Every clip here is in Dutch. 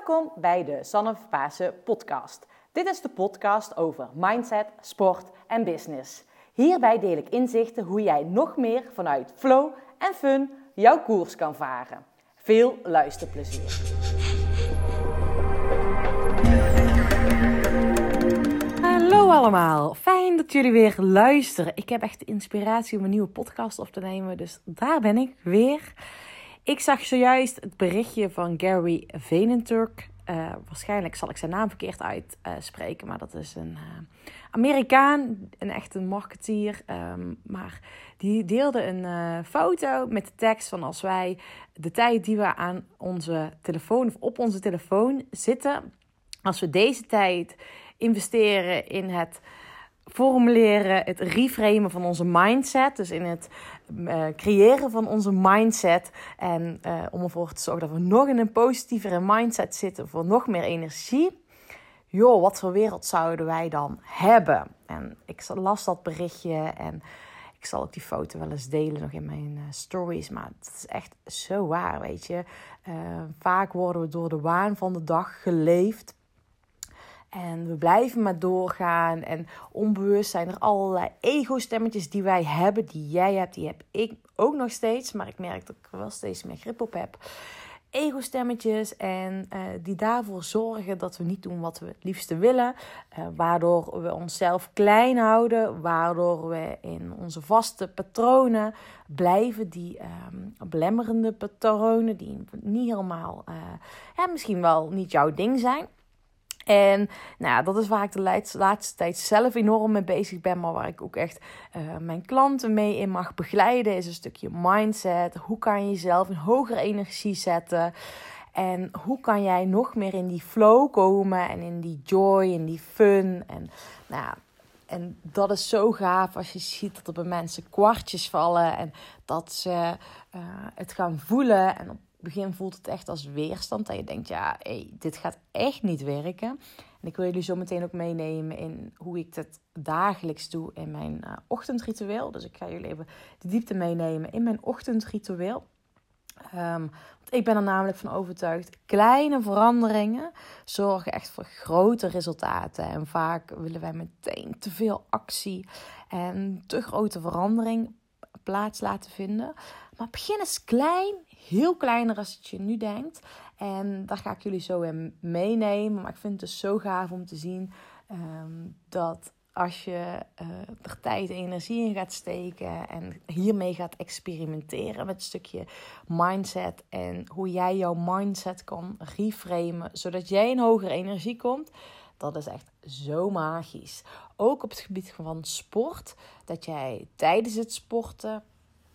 Welkom bij de Sanne Pasen podcast. Dit is de podcast over mindset, sport en business. Hierbij deel ik inzichten hoe jij nog meer vanuit flow en fun jouw koers kan varen. Veel luisterplezier. Hallo allemaal, fijn dat jullie weer luisteren. Ik heb echt de inspiratie om een nieuwe podcast op te nemen, dus daar ben ik weer. Ik zag zojuist het berichtje van Gary Vaynerchuk. Waarschijnlijk zal ik zijn naam verkeerd uitspreken, maar dat is een Amerikaan, een echte marketeer. Maar die deelde een foto met de tekst van: als wij de tijd die we aan onze telefoon of op onze telefoon zitten, als we deze tijd investeren in het formuleren, het reframen van onze mindset, dus in het creëren van onze mindset en om ervoor te zorgen dat we nog in een positievere mindset zitten voor nog meer energie. Joh, wat voor wereld zouden wij dan hebben? En ik las dat berichtje en ik zal ook die foto wel eens delen nog in mijn stories, maar het is echt zo waar, weet je. Vaak worden we door de waan van de dag geleefd. En we blijven maar doorgaan. En onbewust zijn er allerlei ego-stemmetjes die wij hebben. Die jij hebt, die heb ik ook nog steeds. Maar ik merk dat ik er wel steeds meer grip op heb. Ego-stemmetjes en die daarvoor zorgen dat we niet doen wat we het liefste willen. Waardoor we onszelf klein houden. Waardoor we in onze vaste patronen blijven. Die belemmerende patronen die niet helemaal, misschien wel niet jouw ding zijn. En dat is waar ik de laatste tijd zelf enorm mee bezig ben. Maar waar ik ook echt mijn klanten mee in mag begeleiden. Is een stukje mindset. Hoe kan je jezelf in hogere energie zetten? En hoe kan jij nog meer in die flow komen. En in die joy, in die fun. En dat is zo gaaf als je ziet dat er bij mensen kwartjes vallen. En dat ze het gaan voelen. En op het begin voelt het echt als weerstand. Dat je denkt, dit gaat echt niet werken. En ik wil jullie zo meteen ook meenemen in hoe ik het dagelijks doe in mijn ochtendritueel. Dus ik ga jullie even de diepte meenemen in mijn ochtendritueel. Want ik ben er namelijk van overtuigd, kleine veranderingen zorgen echt voor grote resultaten. En vaak willen wij meteen te veel actie en te grote verandering plaats laten vinden. Maar begin eens klein, heel kleiner als het je nu denkt. En daar ga ik jullie zo in meenemen. Maar ik vind het dus zo gaaf om te zien dat als je er tijd en energie in gaat steken en hiermee gaat experimenteren met een stukje mindset en hoe jij jouw mindset kan reframen, zodat jij in hogere energie komt. Dat is echt zo magisch. Ook op het gebied van sport. Dat jij tijdens het sporten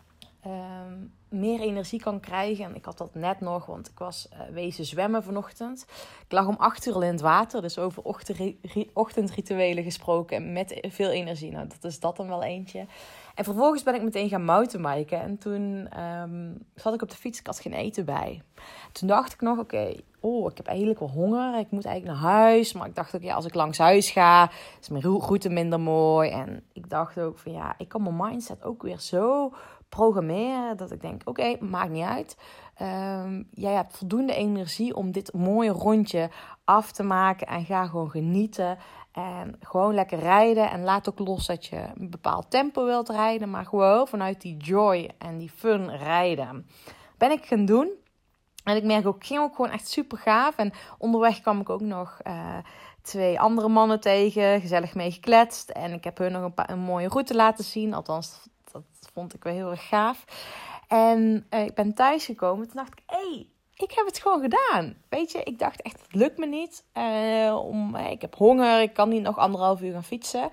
meer energie kan krijgen. En ik had dat net nog, want ik was wezen zwemmen vanochtend. Ik lag om 8 uur al in het water. Dus over ochtendrituelen gesproken. Met veel energie. Nou, dat is dat dan wel eentje. En vervolgens ben ik meteen gaan mountainbiken. En toen zat ik op de fiets. Ik had geen eten bij. Toen dacht ik nog, ik heb eigenlijk wel honger. Ik moet eigenlijk naar huis. Maar ik dacht ook, als ik langs huis ga, is mijn route minder mooi. En ik dacht ook van, ik kan mijn mindset ook weer zo programmeren dat ik denk, maakt niet uit. Jij hebt voldoende energie om dit mooie rondje af te maken. En ga gewoon genieten. En gewoon lekker rijden. En laat ook los dat je een bepaald tempo wilt rijden. Maar gewoon vanuit die joy en die fun rijden. Ben ik gaan doen. En ik merk ook, ging ook gewoon echt super gaaf. En onderweg kwam ik ook nog 2 andere mannen tegen. Gezellig mee gekletst. En ik heb hun nog een mooie route laten zien. Althans, dat vond ik wel heel erg gaaf. En ik ben thuis gekomen. Toen dacht ik, ik heb het gewoon gedaan. Weet je, ik dacht echt, het lukt me niet. Ik heb honger, ik kan niet nog 1,5 uur gaan fietsen.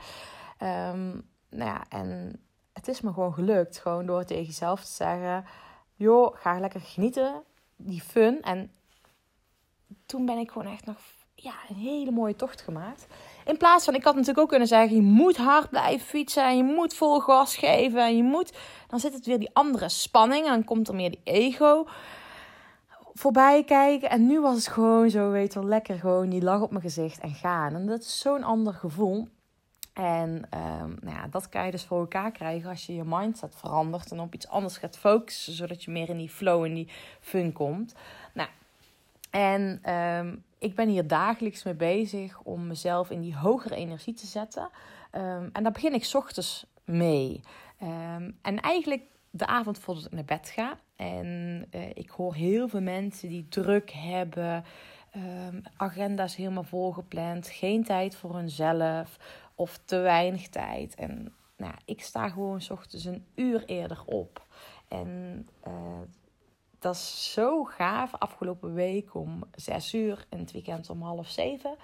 En het is me gewoon gelukt. Gewoon door tegen jezelf te zeggen, joh, ga lekker genieten. Die fun. En toen ben ik gewoon echt nog een hele mooie tocht gemaakt. In plaats van, ik had natuurlijk ook kunnen zeggen, je moet hard blijven fietsen. En je moet vol gas geven. En dan zit het weer die andere spanning. En dan komt er meer die ego voorbij kijken. En nu was het gewoon zo, lekker gewoon die lach op mijn gezicht en gaan. En dat is zo'n ander gevoel. En dat kan je dus voor elkaar krijgen als je je mindset verandert en op iets anders gaat focussen, zodat je meer in die flow en die fun komt. En ik ben hier dagelijks mee bezig om mezelf in die hogere energie te zetten. En daar begin ik 's ochtends mee. En eigenlijk de avond voordat ik naar bed ga. En ik hoor heel veel mensen die druk hebben. Agenda's helemaal volgepland. Geen tijd voor hunzelf. Of te weinig tijd. En ik sta gewoon 's ochtends een uur eerder op. En dat is zo gaaf. Afgelopen week om 6 uur. En het weekend om 6:30.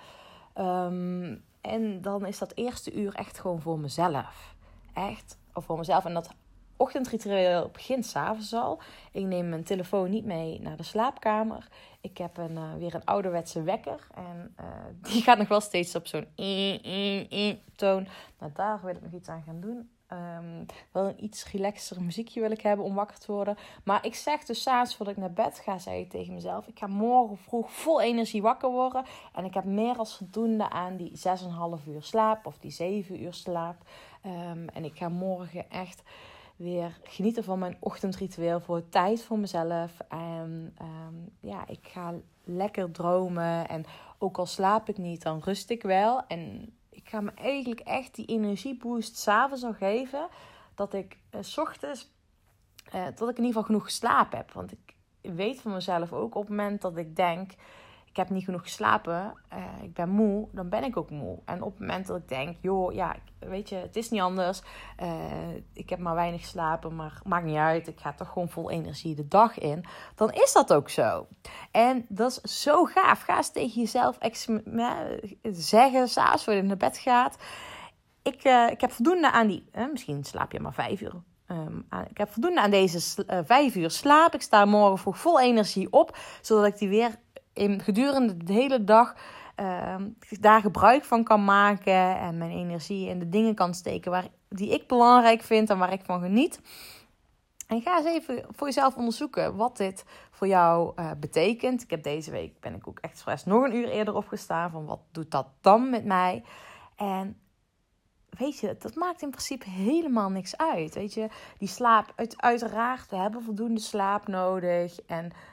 En dan is dat eerste uur echt gewoon voor mezelf. Echt, of voor mezelf. En dat ochtendritueel begint 's avonds al. Ik neem mijn telefoon niet mee naar de slaapkamer. Ik heb weer een ouderwetse wekker. En die gaat nog wel steeds op zo'n toon. Nou, daar wil ik nog iets aan gaan doen. Wel een iets relaxter muziekje wil ik hebben om wakker te worden. Maar ik zeg dus 's avonds voordat ik naar bed ga, zeg ik tegen mezelf: ik ga morgen vroeg vol energie wakker worden. En ik heb meer als voldoende aan die 6,5 uur slaap of die 7 uur slaap. En ik ga morgen echt weer genieten van mijn ochtendritueel voor tijd voor mezelf. En ik ga lekker dromen. En ook al slaap ik niet, dan rust ik wel. En ik ga me eigenlijk echt die energieboost 's avonds al geven. Dat ik 's ochtends, dat ik in ieder geval genoeg geslapen heb. Want ik weet van mezelf ook op het moment dat ik denk: ik heb niet genoeg geslapen, ik ben moe, dan ben ik ook moe. En op het moment dat ik denk: joh, ja, weet je, het is niet anders. Ik heb maar weinig geslapen, maar maakt niet uit. Ik ga toch gewoon vol energie de dag in. Dan is dat ook zo. En dat is zo gaaf. Ga eens tegen jezelf zeggen, 's avonds voor je naar bed gaat: ik heb voldoende aan die, misschien slaap je maar 5 uur. Ik heb voldoende aan deze 5 uur slaap. Ik sta morgen vroeg vol energie op, zodat ik die weer gedurende de hele dag daar gebruik van kan maken. En mijn energie in de dingen kan steken die ik belangrijk vind en waar ik van geniet. En ga eens even voor jezelf onderzoeken wat dit voor jou betekent. Ik heb deze week, ben ik ook expres nog een uur eerder opgestaan. Van wat doet dat dan met mij? En weet je, dat maakt in principe helemaal niks uit. Weet je, die slaap, uiteraard, we hebben voldoende slaap nodig.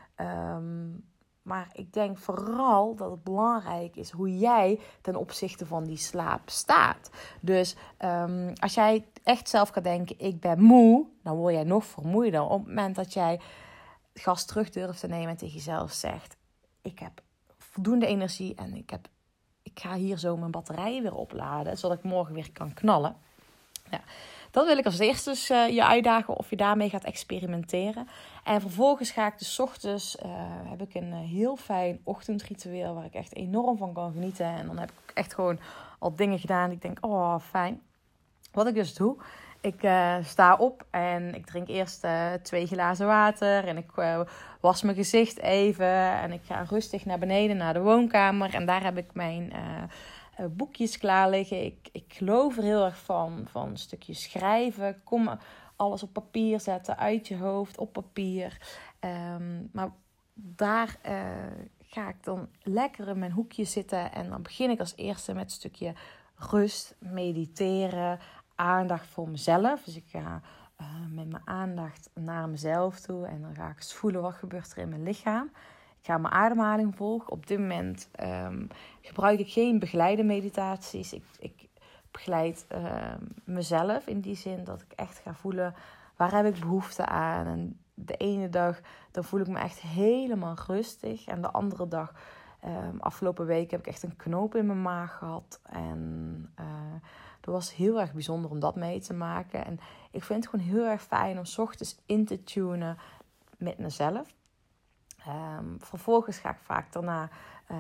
Maar ik denk vooral dat het belangrijk is hoe jij ten opzichte van die slaap staat. Dus als jij echt zelf gaat denken: ik ben moe, dan word jij nog vermoeider. Op het moment dat jij gas terug durft te nemen en tegen jezelf zegt: ik heb voldoende energie en ik ga hier zo mijn batterijen weer opladen, zodat ik morgen weer kan knallen. Ja, dat wil ik als eerste dus je uitdagen of je daarmee gaat experimenteren. En vervolgens ga ik dus 's ochtends, heb ik een heel fijn ochtendritueel waar ik echt enorm van kan genieten. En dan heb ik echt gewoon al dingen gedaan die ik denk: oh, fijn. Wat ik dus doe: ik sta op en ik drink eerst 2 glazen water. En ik was mijn gezicht even. En ik ga rustig naar beneden, naar de woonkamer. En daar heb ik mijn boekjes klaar liggen. Ik geloof er heel erg van een stukje schrijven. Kom alles op papier zetten, uit je hoofd, op papier. Maar daar ga ik dan lekker in mijn hoekje zitten. En dan begin ik als eerste met een stukje rust, mediteren, aandacht voor mezelf. Dus ik ga met mijn aandacht naar mezelf toe. En dan ga ik eens voelen wat gebeurt er in mijn lichaam. Ik ga mijn ademhaling volgen. Op dit moment gebruik ik geen begeleide meditaties. Ik begeleid mezelf in die zin dat ik echt ga voelen: waar heb ik behoefte aan? En de ene dag dan voel ik me echt helemaal rustig. En de andere dag, afgelopen week, heb ik echt een knoop in mijn maag gehad. En dat was heel erg bijzonder om dat mee te maken. En ik vind het gewoon heel erg fijn om 's ochtends in te tunen met mezelf. Vervolgens ga ik vaak daarna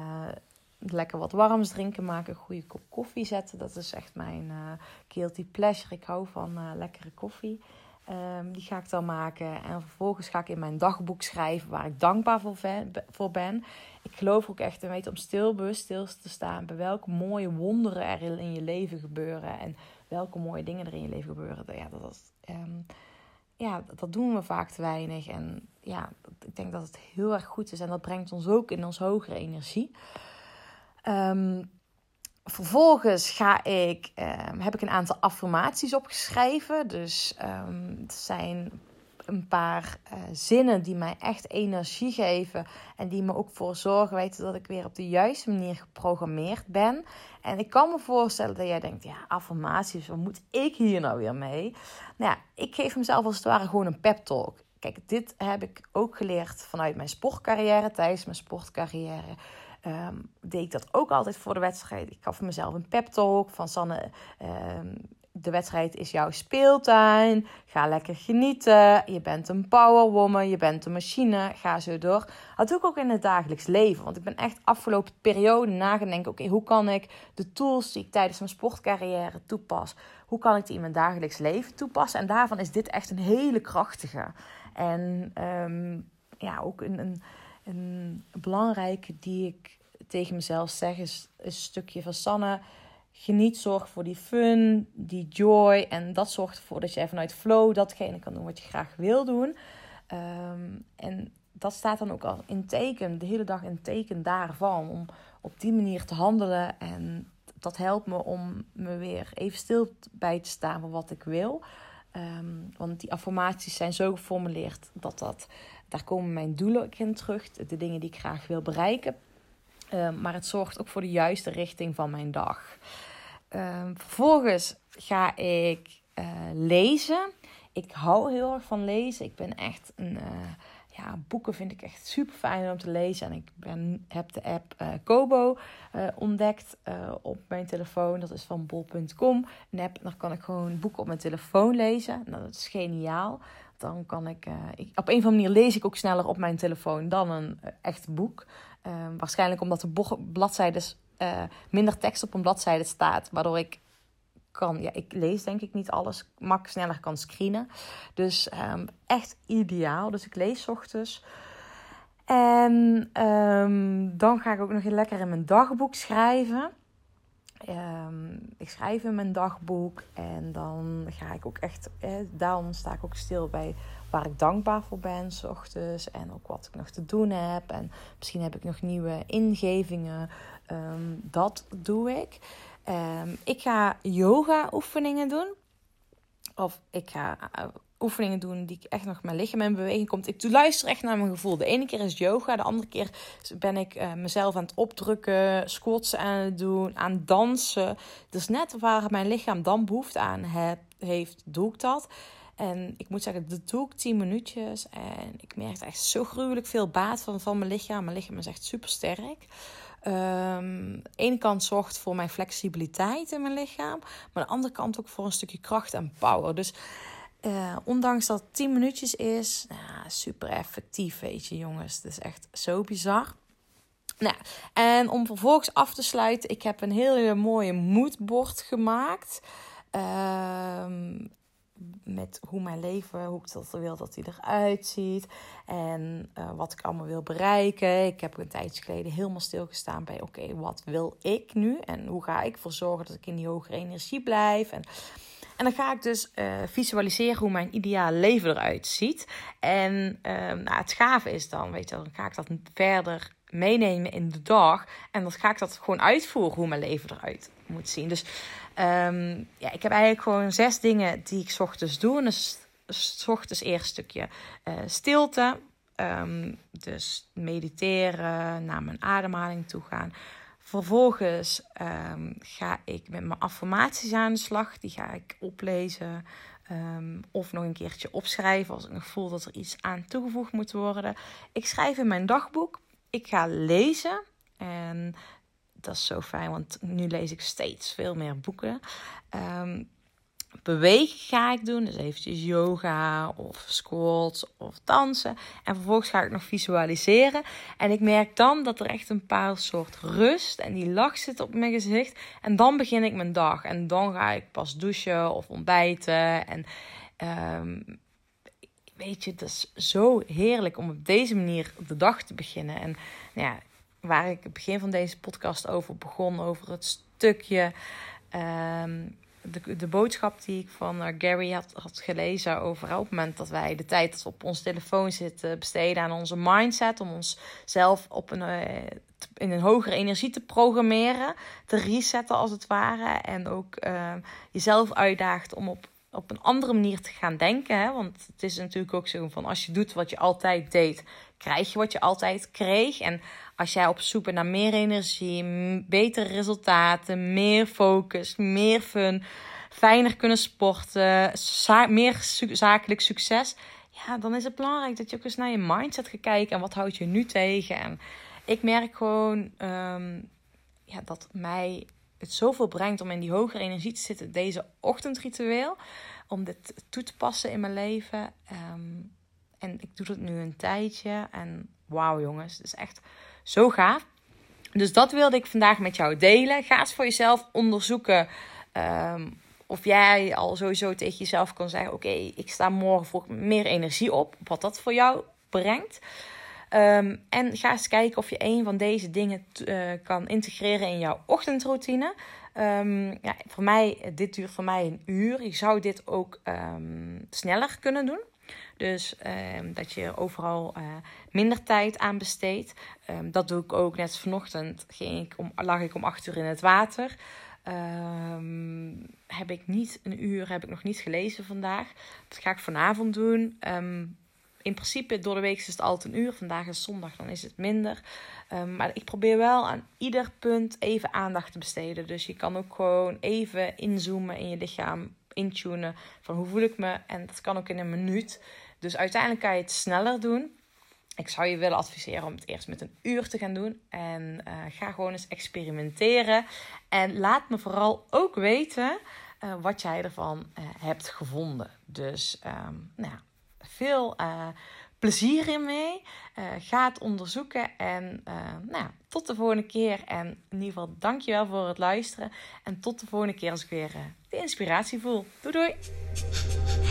lekker wat warms drinken maken. Een goede kop koffie zetten. Dat is echt mijn guilty pleasure. Ik hou van lekkere koffie. Die ga ik dan maken. En vervolgens ga ik in mijn dagboek schrijven waar ik dankbaar voor ben. Ik geloof ook echt en weet om bewust stil te staan bij welke mooie wonderen er in je leven gebeuren. En welke mooie dingen er in je leven gebeuren. Dat doen we vaak te weinig. En ja, ik denk dat het heel erg goed is. En dat brengt ons ook in ons hogere energie. Vervolgens heb ik een aantal affirmaties opgeschreven. Dus het zijn een paar zinnen die mij echt energie geven. En die me ook voor zorgen, dat ik weer op de juiste manier geprogrammeerd ben. En ik kan me voorstellen dat jij denkt, ja, affirmaties, wat moet ik hier nou weer mee? Nou ja, ik geef mezelf als het ware gewoon een pep talk. Kijk, dit heb ik ook geleerd vanuit mijn sportcarrière. Tijdens mijn sportcarrière deed ik dat ook altijd voor de wedstrijd. Ik gaf mezelf een pep talk van Sanne, de wedstrijd is jouw speeltuin. Ga lekker genieten. Je bent een powerwoman. Je bent een machine. Ga zo door. Dat doe ik ook in het dagelijks leven. Want ik ben echt afgelopen periode na gaan denken, oké, hoe kan ik de tools die ik tijdens mijn sportcarrière toepas, hoe kan ik die in mijn dagelijks leven toepassen? En daarvan is dit echt een hele krachtige. En ook een belangrijke die ik tegen mezelf zeg is een stukje van Sanne. Geniet, zorg voor die fun, die joy. En dat zorgt ervoor dat jij vanuit flow datgene kan doen wat je graag wil doen. En dat staat dan ook al in teken, de hele dag in teken daarvan. Om op die manier te handelen. En dat helpt me om me weer even stil bij te staan voor wat ik wil. Want die affirmaties zijn zo geformuleerd daar komen mijn doelen in terug. De dingen die ik graag wil bereiken. Maar het zorgt ook voor de juiste richting van mijn dag. Vervolgens ga ik lezen. Ik hou heel erg van lezen. Ik ben echt boeken vind ik echt super fijn om te lezen. En ik heb de app Kobo ontdekt op mijn telefoon. Dat is van bol.com. Een app, daar kan ik gewoon boeken op mijn telefoon lezen. Nou, dat is geniaal. Dan kan ik op een of andere manier lees ik ook sneller op mijn telefoon dan een echt boek. Waarschijnlijk omdat de bladzijdes minder tekst op een bladzijde staat. Waardoor ik lees denk ik niet alles, sneller kan screenen. Dus echt ideaal. Dus ik lees 's ochtends. En dan ga ik ook nog lekker in mijn dagboek schrijven. Ik schrijf in mijn dagboek. En dan ga ik ook echt, dan sta ik ook stil bij waar ik dankbaar voor ben 's ochtends. En ook wat ik nog te doen heb. En misschien heb ik nog nieuwe ingevingen. Dat doe ik. Ik ga yoga oefeningen doen. Of ik ga oefeningen doen die ik echt nog mijn lichaam in beweging komt. Ik luister echt naar mijn gevoel. De ene keer is yoga. De andere keer ben ik mezelf aan het opdrukken. Squats aan het doen. Aan dansen. Dus net waar mijn lichaam dan behoefte aan heeft, doe ik dat. En ik moet zeggen, dat doe ik 10 minuutjes. En ik merk echt zo gruwelijk veel baat van mijn lichaam. Mijn lichaam is echt super sterk. De ene kant zorgt voor mijn flexibiliteit in mijn lichaam. Maar de andere kant ook voor een stukje kracht en power. Dus ondanks dat het 10 minuutjes is, super effectief, weet je jongens. Het is echt zo bizar. Nou, en om vervolgens af te sluiten, ik heb een hele mooie moodboard gemaakt. Met hoe mijn leven, hoe ik dat wil dat hij eruit ziet. En wat ik allemaal wil bereiken. Ik heb een tijdje geleden helemaal stilgestaan bij oké, wat wil ik nu? En hoe ga ik ervoor zorgen dat ik in die hogere energie blijf? En dan ga ik dus visualiseren hoe mijn ideale leven eruit ziet. En het gave is dan, dan ga ik dat verder meenemen in de dag. En dan ga ik dat gewoon uitvoeren hoe mijn leven eruit moet zien. Dus ik heb eigenlijk gewoon 6 dingen die ik 's ochtends doe. En dus 's ochtends eerst een stukje stilte. Dus mediteren, naar mijn ademhaling toe gaan. Vervolgens ga ik met mijn affirmaties aan de slag. Die ga ik oplezen. Of nog een keertje opschrijven als ik nog voel dat er iets aan toegevoegd moet worden. Ik schrijf in mijn dagboek. Ik ga lezen. En dat is zo fijn, want nu lees ik steeds veel meer boeken. Bewegen ga ik doen. Dus eventjes yoga of squats of dansen. En vervolgens ga ik nog visualiseren. En ik merk dan dat er echt een paar soort rust en die lach zit op mijn gezicht. En dan begin ik mijn dag. En dan ga ik pas douchen of ontbijten. En het is zo heerlijk om op deze manier de dag te beginnen. En waar ik het begin van deze podcast over begon, over het stukje de boodschap die ik van Gary had gelezen over op het moment dat wij de tijd dat we op onze telefoon zitten besteden aan onze mindset, om onszelf in een hogere energie te programmeren, te resetten als het ware, en ook jezelf uitdaagt om op op een andere manier te gaan denken. Hè? Want het is natuurlijk ook zo van als je doet wat je altijd deed, krijg je wat je altijd kreeg. En als jij op zoek bent naar meer energie, betere resultaten, meer focus, meer fun, fijner kunnen sporten, meer zakelijk succes. Ja, dan is het belangrijk dat je ook eens naar je mindset gaat kijken. En wat houdt je nu tegen? En ik merk gewoon dat mij het zoveel brengt om in die hogere energie te zitten. Deze ochtendritueel. Om dit toe te passen in mijn leven. En ik doe dat nu een tijdje. En wauw jongens, het is echt zo gaaf. Dus dat wilde ik vandaag met jou delen. Ga eens voor jezelf onderzoeken of jij al sowieso tegen jezelf kan zeggen, oké, ik sta morgen voor meer energie op. Wat dat voor jou brengt. En ga eens kijken of je een van deze dingen kan integreren in jouw ochtendroutine. Voor mij, dit duurt voor mij 1 uur. Je zou dit ook sneller kunnen doen. Dus dat je overal minder tijd aan besteedt. Dat doe ik ook. Net als vanochtend lag ik om 8 uur in het water. Heb ik nog niet gelezen vandaag. Dat ga ik vanavond doen. In principe door de week is het altijd 1 uur. Vandaag is zondag, dan is het minder. Maar ik probeer wel aan ieder punt even aandacht te besteden. Dus je kan ook gewoon even inzoomen in je lichaam. Intunen van hoe voel ik me. En dat kan ook in 1 minuut. Dus uiteindelijk kan je het sneller doen. Ik zou je willen adviseren om het eerst met 1 uur te gaan doen. En ga gewoon eens experimenteren. En laat me vooral ook weten wat jij ervan hebt gevonden. Dus veel plezier in mee. Ga het onderzoeken. En tot de volgende keer. En in ieder geval dankjewel voor het luisteren. En tot de volgende keer als ik weer de inspiratie voel. Doei doei!